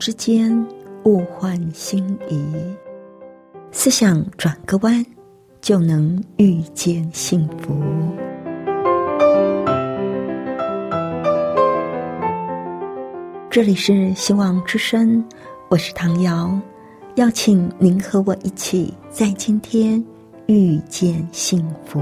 之间，物换星移，思想转个弯，就能遇见幸福。这里是希望之声，我是唐瑶，邀请您和我一起在今天遇见幸福。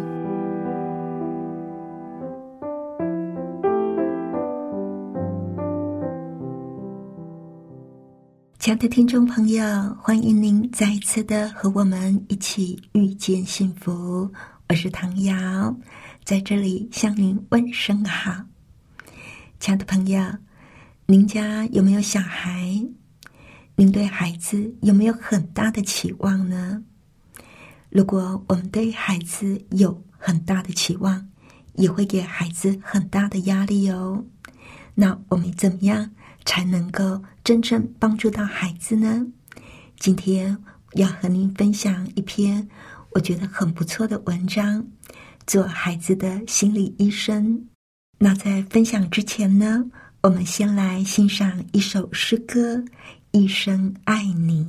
亲爱的听众朋友，欢迎您再一次的和我们一起遇见幸福，我是唐瑶，在这里向您问声好。亲爱的朋友，您家有没有小孩？您对孩子有没有很大的期望呢？如果我们对孩子有很大的期望，也会给孩子很大的压力哦。那我们怎么样才能够真正帮助到孩子呢？今天要和您分享一篇我觉得很不错的文章，做孩子的心理医生。那在分享之前呢，我们先来欣赏一首诗歌《一生爱你》。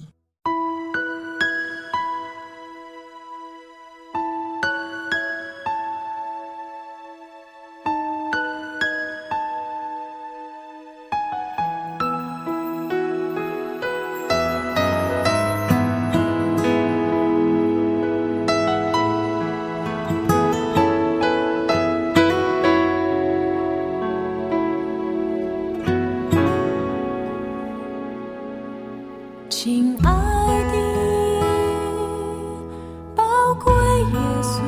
亲爱的宝贵耶稣，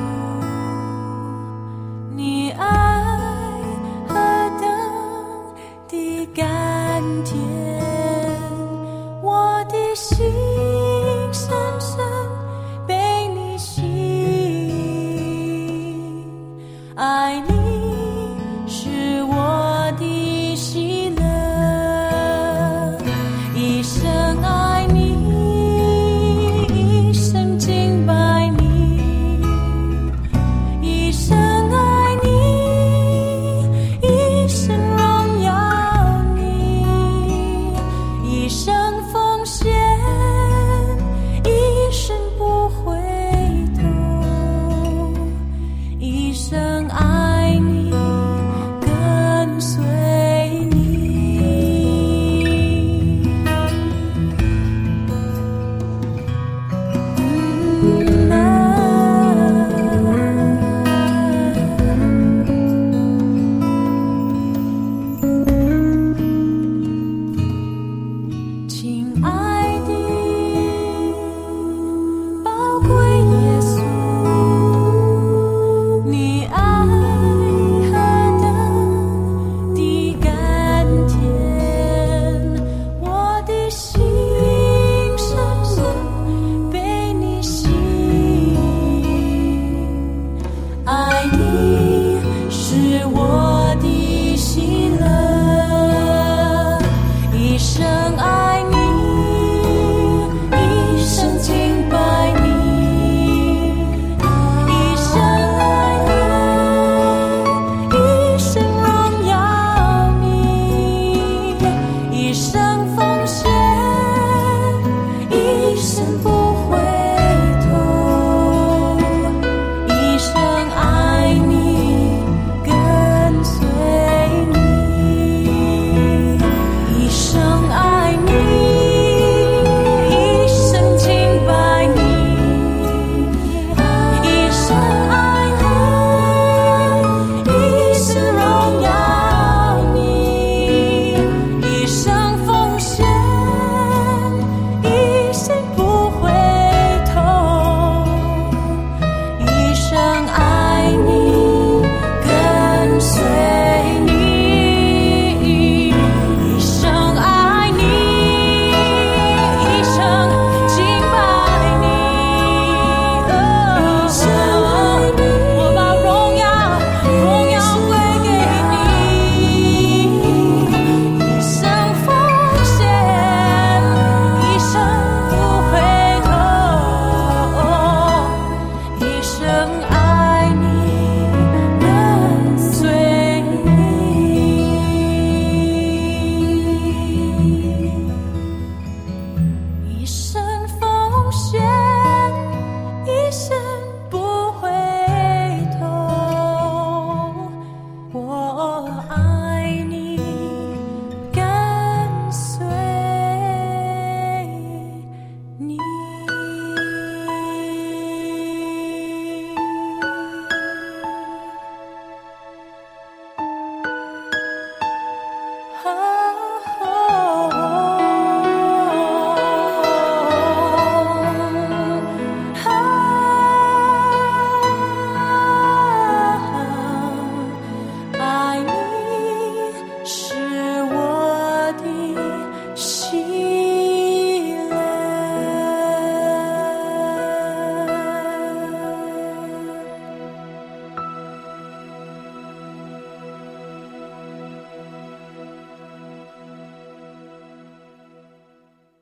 你爱何等的甘甜，我的心深深被你吸引，爱你是我的喜乐，一生爱你，一生敬拜你，一生爱你，一生荣耀你，一生奉献，一生不回头，一生爱你更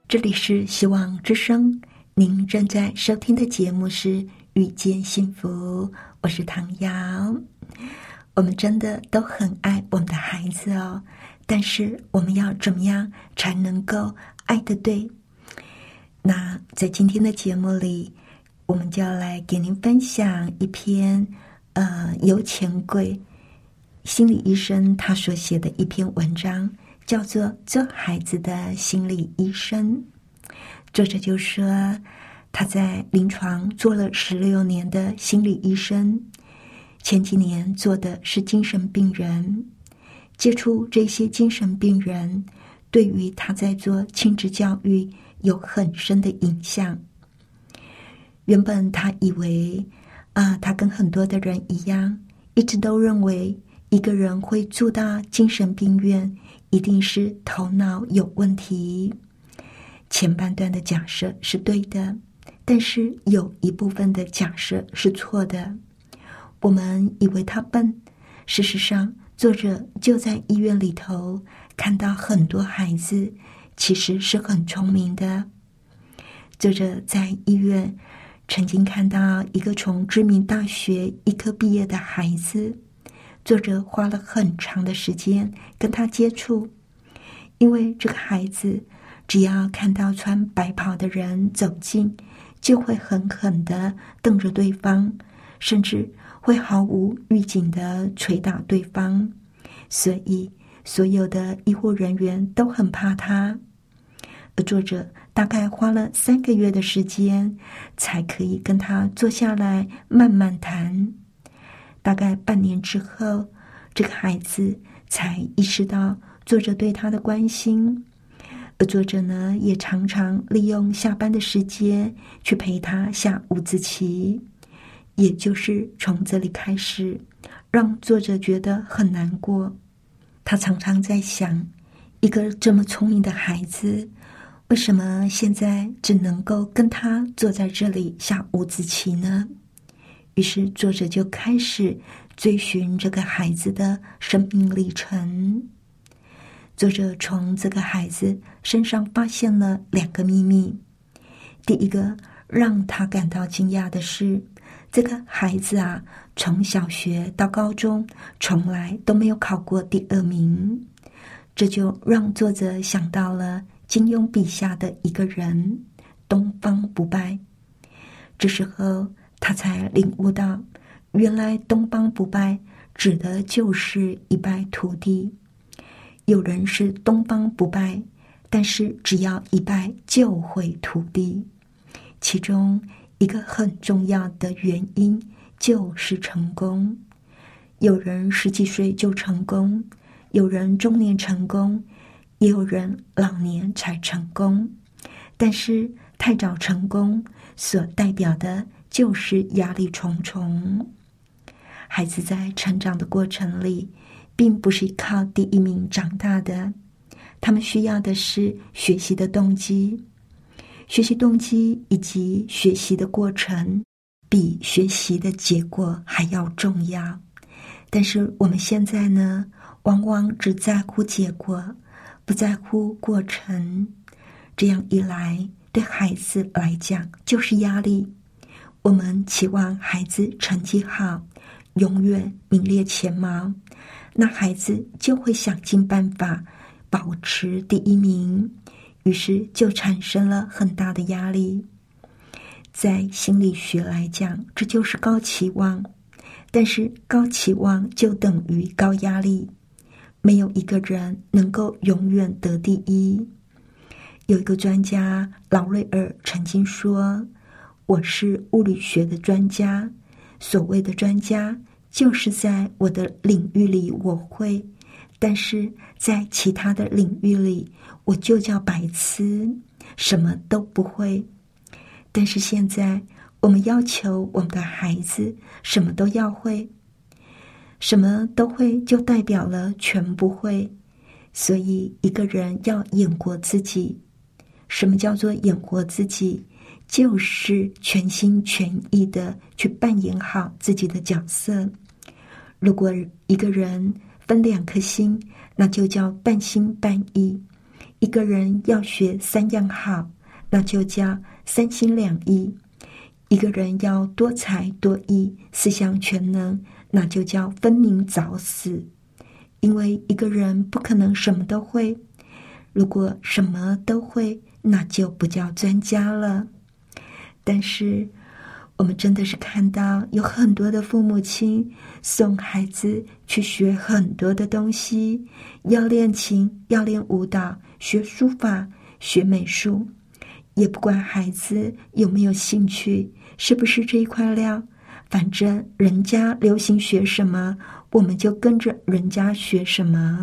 这里是希望之声，您正在收听的节目是遇见幸福，我是唐瑶。我们真的都很爱我们的孩子哦，但是我们要怎么样才能够爱得对？那在今天的节目里，我们就要来给您分享一篇由钱柜心理医生他所写的一篇文章，叫做《做孩子的心理医生》。作者就说，他在临床做了16年的心理医生，前几年做的是精神病人，接触这些精神病人，对于他在做亲子教育有很深的影响。原本他以为他跟很多的人一样，一直都认为一个人会住到精神病院，一定是头脑有问题。前半段的假设是对的，但是有一部分的假设是错的。我们以为他笨，事实上作者就在医院里头看到很多孩子其实是很聪明的。作者在医院曾经看到一个从知名大学医科毕业的孩子，作者花了很长的时间跟他接触，因为这个孩子只要看到穿白袍的人走近，就会狠狠地瞪着对方，甚至会毫无预警地捶打对方，所以所有的医护人员都很怕他。而作者大概花了3个月的时间，才可以跟他坐下来慢慢谈。大概半年之后，这个孩子才意识到作者对他的关心，而作者呢，也常常利用下班的时间去陪他下五子棋。也就是从这里开始，让作者觉得很难过。他常常在想，一个这么聪明的孩子，为什么现在只能够跟他坐在这里下五子棋呢？于是作者就开始追寻这个孩子的生命历程。作者从这个孩子身上发现了2个秘密。第一个让他感到惊讶的是，这个孩子从小学到高中从来都没有考过第2名。这就让作者想到了金庸笔下的一个人，东方不败。这时候他才领悟到，原来东方不败指的就是一败涂地。有人是东方不败，但是只要一败就会涂地。其中一个很重要的原因就是成功。有人10几岁就成功，有人中年成功，也有人老年才成功。但是太早成功所代表的就是压力重重。孩子在成长的过程里，并不是靠第1名长大的，他们需要的是学习的动机。学习动机以及学习的过程，比学习的结果还要重要。但是我们现在呢，往往只在乎结果，不在乎过程。这样一来，对孩子来讲就是压力。我们期望孩子成绩好，永远名列前茅，那孩子就会想尽办法保持第1名，于是就产生了很大的压力。在心理学来讲，这就是高期望，但是高期望就等于高压力，没有一个人能够永远得第1。有一个专家劳瑞尔曾经说，我是物理学的专家，所谓的专家就是在我的领域里我会，但是在其他的领域里我就叫白痴，什么都不会。但是现在我们要求我们的孩子什么都要会，什么都会就代表了全不会。所以一个人要演活自己。什么叫做演活自己？就是全心全意的去扮演好自己的角色。如果一个人分2颗心，那就叫半心半意。 一个人要学3样好，那就叫3心2意；一个人要多才多艺、4项全能，那就叫分明早死。因为一个人不可能什么都会，如果什么都会，那就不叫专家了。但是我们真的是看到有很多的父母亲送孩子去学很多的东西，要练琴，要练舞蹈，学书法，学美术，也不管孩子有没有兴趣，是不是这一块料，反正人家流行学什么，我们就跟着人家学什么。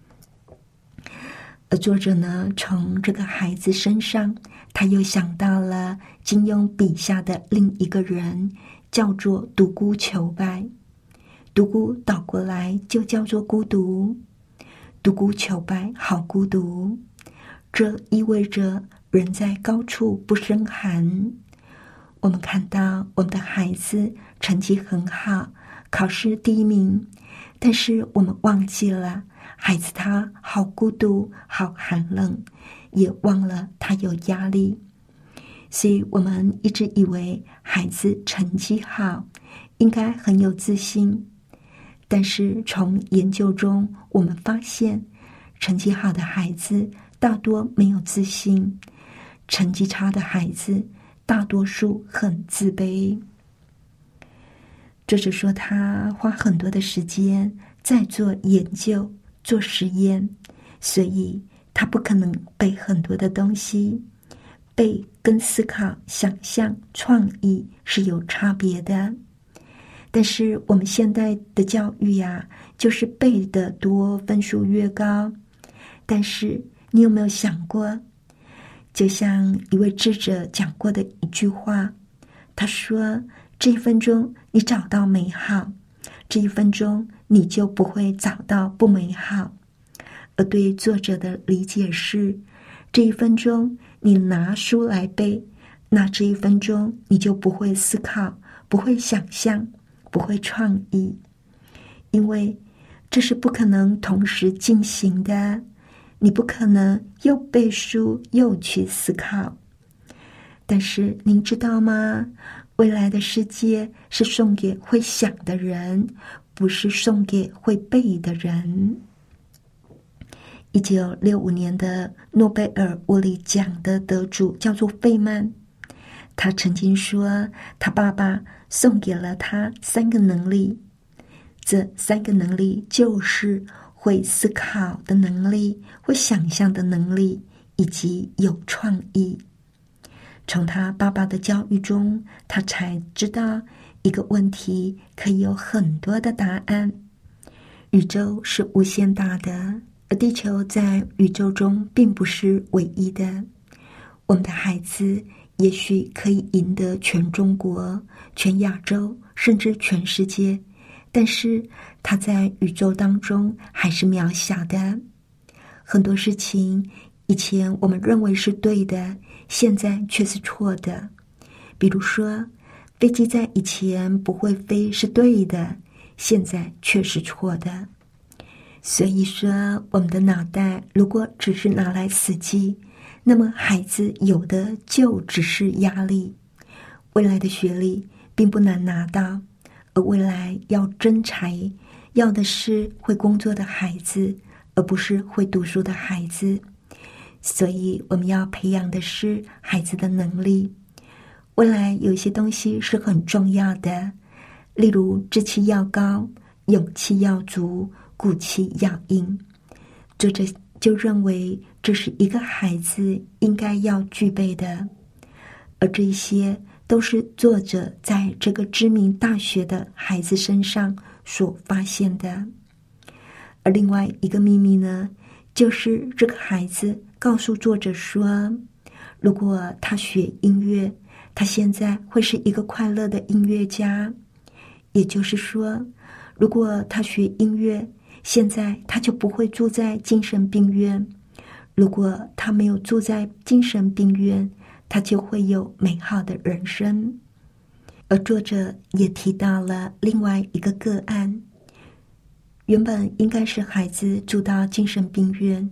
而作者呢，从这个孩子身上，他又想到了金庸笔下的另一个人，叫做独孤求败。独孤倒过来就叫做孤独，独孤求败好孤独，这意味着人在高处不胜寒。我们看到我们的孩子成绩很好，考试第1名，但是我们忘记了孩子他好孤独，好寒冷，也忘了他有压力。所以我们一直以为孩子成绩好，应该很有自信。但是从研究中，我们发现，成绩好的孩子大多没有自信，成绩差的孩子大多数很自卑。作者说他花很多的时间在做研究、做实验，所以他不可能背很多的东西。背跟思考、想象、创意是有差别的。但是我们现代的教育啊，就是背得多，分数越高。但是你有没有想过，就像一位智者讲过的一句话，他说，这1分钟你找到美好，这1分钟你就不会找到不美好。而对于作者的理解是，这1分钟你拿书来背，那这1分钟你就不会思考，不会想象，不会创意，因为这是不可能同时进行的。你不可能又背书又去思考。但是您知道吗？未来的世界是送给会想的人，不是送给会背的人。1965年的诺贝尔物理奖的得主叫做费曼，他曾经说，他爸爸送给了他3个能力，这3个能力就是会思考的能力，会想象的能力，以及有创意。从他爸爸的教育中，他才知道一个问题可以有很多的答案。宇宙是无限大的，而地球在宇宙中并不是唯一的。我们的孩子也许可以赢得全中国、全亚洲，甚至全世界，但是他在宇宙当中还是渺小的。很多事情以前我们认为是对的，现在却是错的。比如说，飞机在以前不会飞是对的，现在却是错的。所以说，我们的脑袋如果只是拿来死记，那么孩子有的就只是压力。未来的学历并不难拿到，而未来要征才，要的是会工作的孩子，而不是会读书的孩子。所以我们要培养的是孩子的能力。未来有一些东西是很重要的，例如志气要高，勇气要足，骨气要硬。作者就认为这是一个孩子应该要具备的，而这些都是作者在这个知名大学的孩子身上所发现的。而另外一个秘密呢，就是这个孩子告诉作者说，如果他学音乐，他现在会是一个快乐的音乐家。也就是说，如果他学音乐，现在他就不会住在精神病院。如果他没有住在精神病院，他就会有美好的人生。而作者也提到了另外一个个案，原本应该是孩子住到精神病院，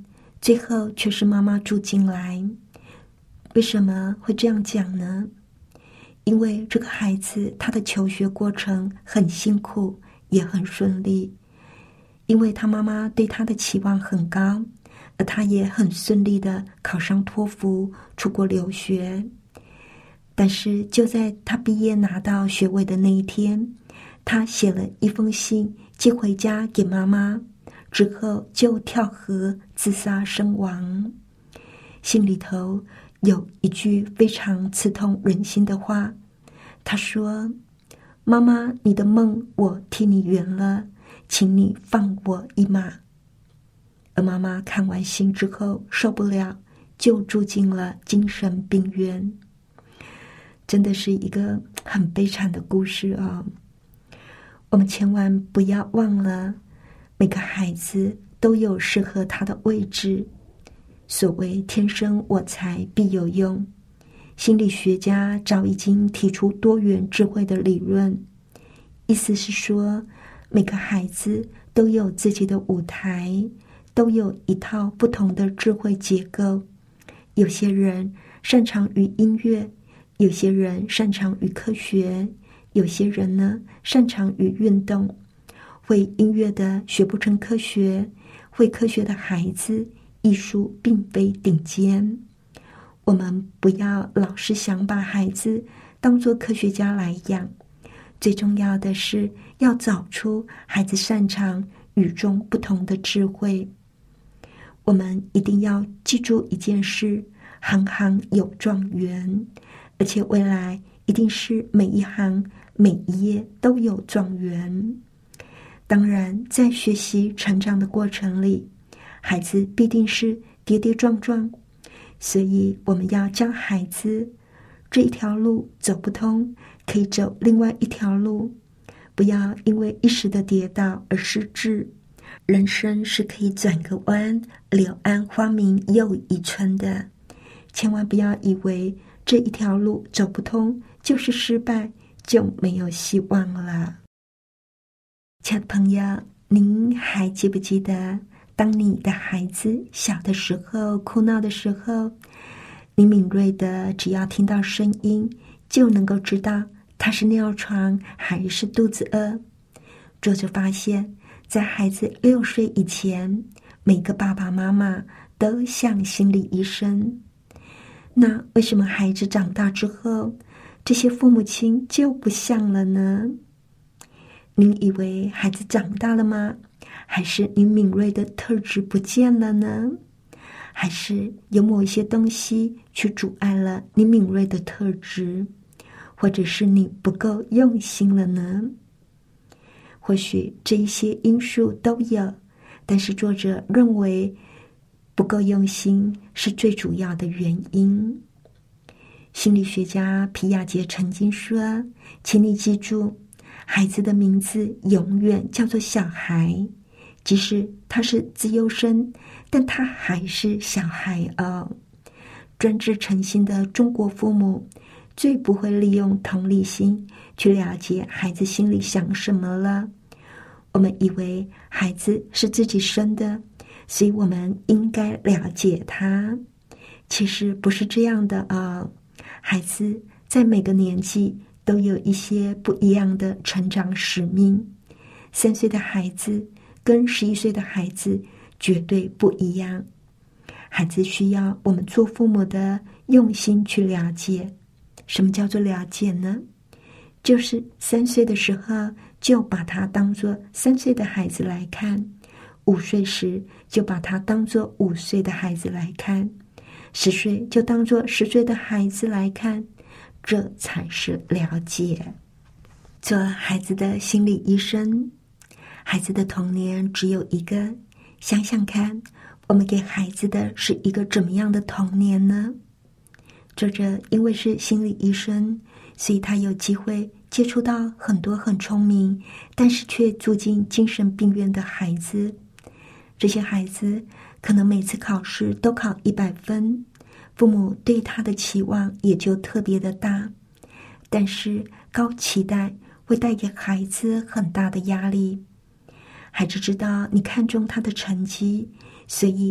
最后却是妈妈住进来。为什么会这样讲呢？因为这个孩子他的求学过程很辛苦，也很顺利，因为他妈妈对他的期望很高，而他也很顺利的考上托福，出国留学。但是就在他毕业拿到学位的那一天，他写了一封信寄回家给妈妈，之后就跳河自杀身亡。信里头有一句非常刺痛人心的话，他说：妈妈，你的梦我替你圆了，请你放我一马。而妈妈看完信之后受不了，就住进了精神病院。真的是一个很悲惨的故事哦。我们千万不要忘了，每个孩子都有适合他的位置。所谓天生我材必有用，心理学家早已经提出多元智慧的理论，意思是说，每个孩子都有自己的舞台，都有一套不同的智慧结构。有些人擅长于音乐，有些人擅长于科学，有些人呢擅长于运动。会音乐的学不成科学，会科学的孩子艺术并非顶尖。我们不要老是想把孩子当作科学家来养，最重要的是要找出孩子擅长与众不同的智慧。我们一定要记住一件事，行行有状元，而且未来一定是每一行每一页都有状元。当然，在学习成长的过程里，孩子必定是跌跌撞撞，所以我们要教孩子，这一条路走不通，可以走另外一条路，不要因为一时的跌倒而失志。人生是可以转个弯，柳暗花明又一村的，千万不要以为这一条路走不通就是失败，就没有希望了。亲爱的朋友，您还记不记得，当你的孩子小的时候，哭闹的时候，你敏锐的只要听到声音，就能够知道他是尿床还是肚子饿。作者发现，在孩子6岁以前，每个爸爸妈妈都像心理医生。那为什么孩子长大之后，这些父母亲就不像了呢？您以为孩子长大了吗？还是你敏锐的特质不见了呢？还是有某一些东西去阻碍了你敏锐的特质？或者是你不够用心了呢？或许这一些因素都有，但是作者认为不够用心是最主要的原因。心理学家皮亚杰曾经说，请你记住，孩子的名字永远叫做小孩，即使他是资优生，但他还是小孩哦。专制诚心的中国父母最不会利用同理心去了解孩子心里想什么了。我们以为孩子是自己生的，所以我们应该了解他。其实不是这样的哦。孩子在每个年纪都有一些不一样的成长使命。3岁的孩子跟11岁的孩子绝对不一样。孩子需要我们做父母的用心去了解。什么叫做了解呢？就是3岁的时候就把他当作3岁的孩子来看，5岁时就把他当作5岁的孩子来看，10岁就当作10岁的孩子来看，这才是了解。做孩子的心理医生，孩子的童年只有一个，想想看，我们给孩子的是一个怎么样的童年呢？作者因为是心理医生，所以他有机会接触到很多很聪明，但是却住进精神病院的孩子。这些孩子可能每次考试都考100分，父母对他的期望也就特别的大，但是高期待会带给孩子很大的压力。孩子知道你看重他的成绩，所以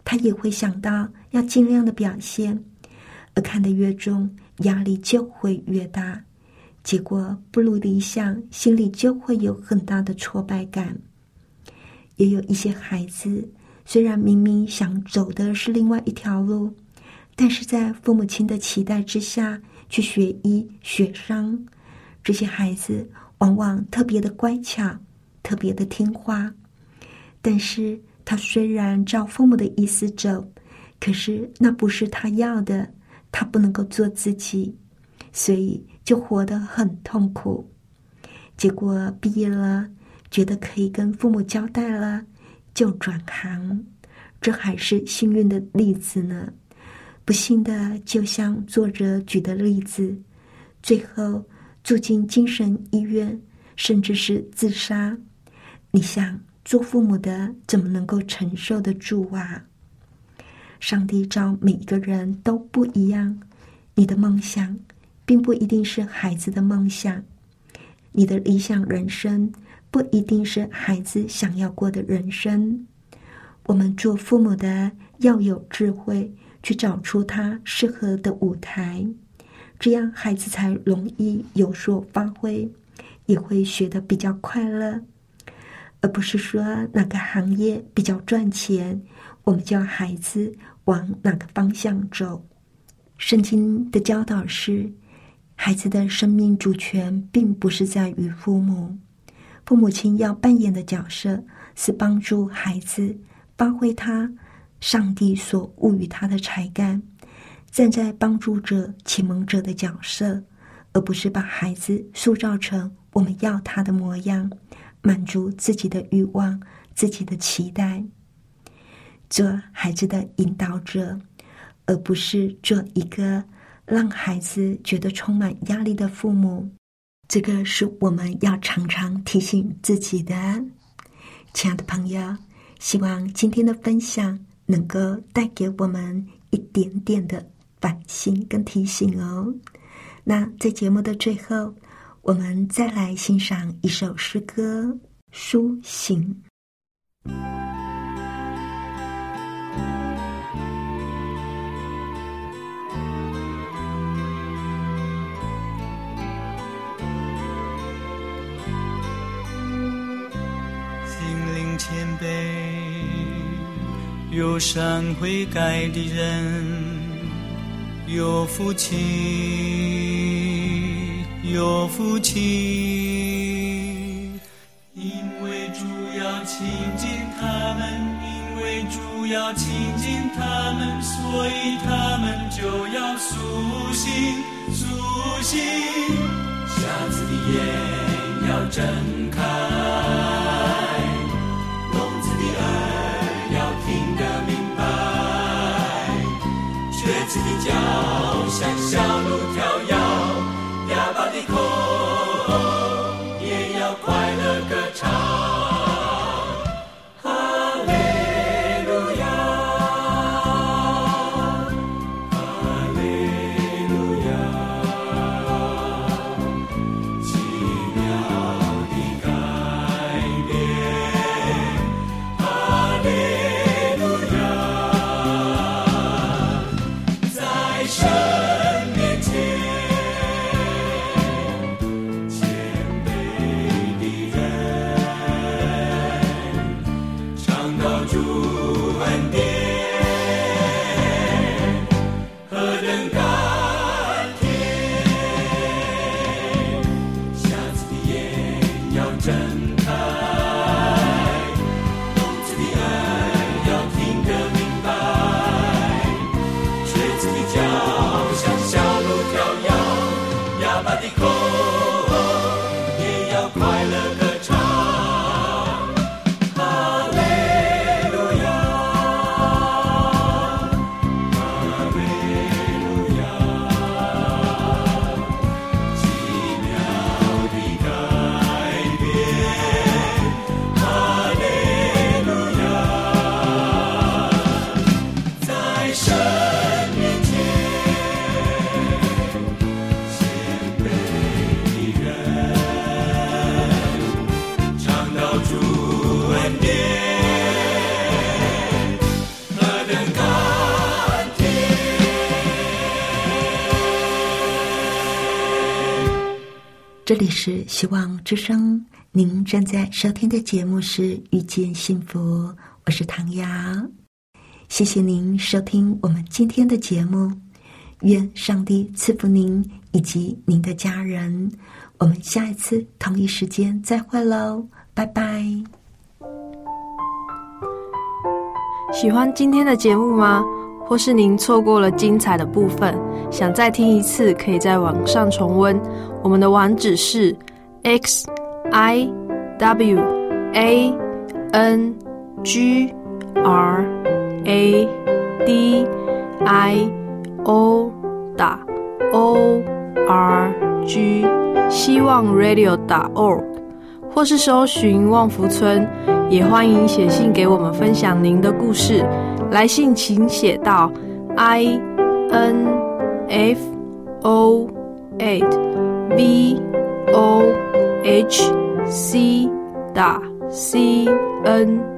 他也会想到要尽量的表现，而看得越重，压力就会越大，结果不如理想，心里就会有很大的挫败感。也有一些孩子，虽然明明想走的是另外一条路，但是在父母亲的期待之下去学医学商，这些孩子往往特别的乖巧，特别的听话，但是他虽然照父母的意思走，可是那不是他要的，他不能够做自己，所以就活得很痛苦。结果毕业了，觉得可以跟父母交代了，就转行，这还是幸运的例子呢。不幸的，就像作者举的例子，最后住进精神医院，甚至是自杀。你想，做父母的怎么能够承受得住啊？上帝造每一个人都不一样，你的梦想并不一定是孩子的梦想，你的理想人生不一定是孩子想要过的人生。我们做父母的要有智慧，去找出他适合的舞台，这样孩子才容易有所发挥，也会学得比较快乐，而不是说哪个行业比较赚钱，我们教孩子往哪个方向走。圣经的教导是，孩子的生命主权并不是在于父母，父母亲要扮演的角色是帮助孩子发挥他上帝所赋予他的才干，站在帮助者启蒙者的角色，而不是把孩子塑造成我们要他的模样，满足自己的欲望，自己的期待。做孩子的引导者，而不是做一个让孩子觉得充满压力的父母，这个是我们要常常提醒自己的。亲爱的朋友，希望今天的分享能够带给我们一点点的反省跟提醒哦。那在节目的最后，我们再来欣赏一首诗歌《苏醒》。 谦卑有善悔改的人，有福气，有福气。因为主要亲近他们，因为主要亲近他们，所以他们就要苏醒，苏醒。瞎子的眼要睁开，的脚像小鹿跳跃，哑巴的口也要快乐歌唱。哈利路亚，哈利路亚，奇妙的改变，哈利路亚。神面前，谦卑的人，尝到主恩典，何等甘甜！瞎子的眼要睁开，聋子的耳要听得明白。脚像小鹿跳跃，哑巴的口也要快乐歌唱。哈利路亚， 这里是希望之声，您正在收听的节目是遇见幸福，我是唐瑶。谢谢您收听我们今天的节目，愿上帝赐福您以及您的家人。我们下一次同一时间再会喽，拜拜。 喜欢今天的节目吗？或是您错过了精彩的部分，想再听一次，可以在网上重温。我们的网址是 xiwangradio.org， 希望 radio.org， 或是搜寻旺福村，也欢迎写信给我们分享您的故事。来信请写到 info@vohc.cn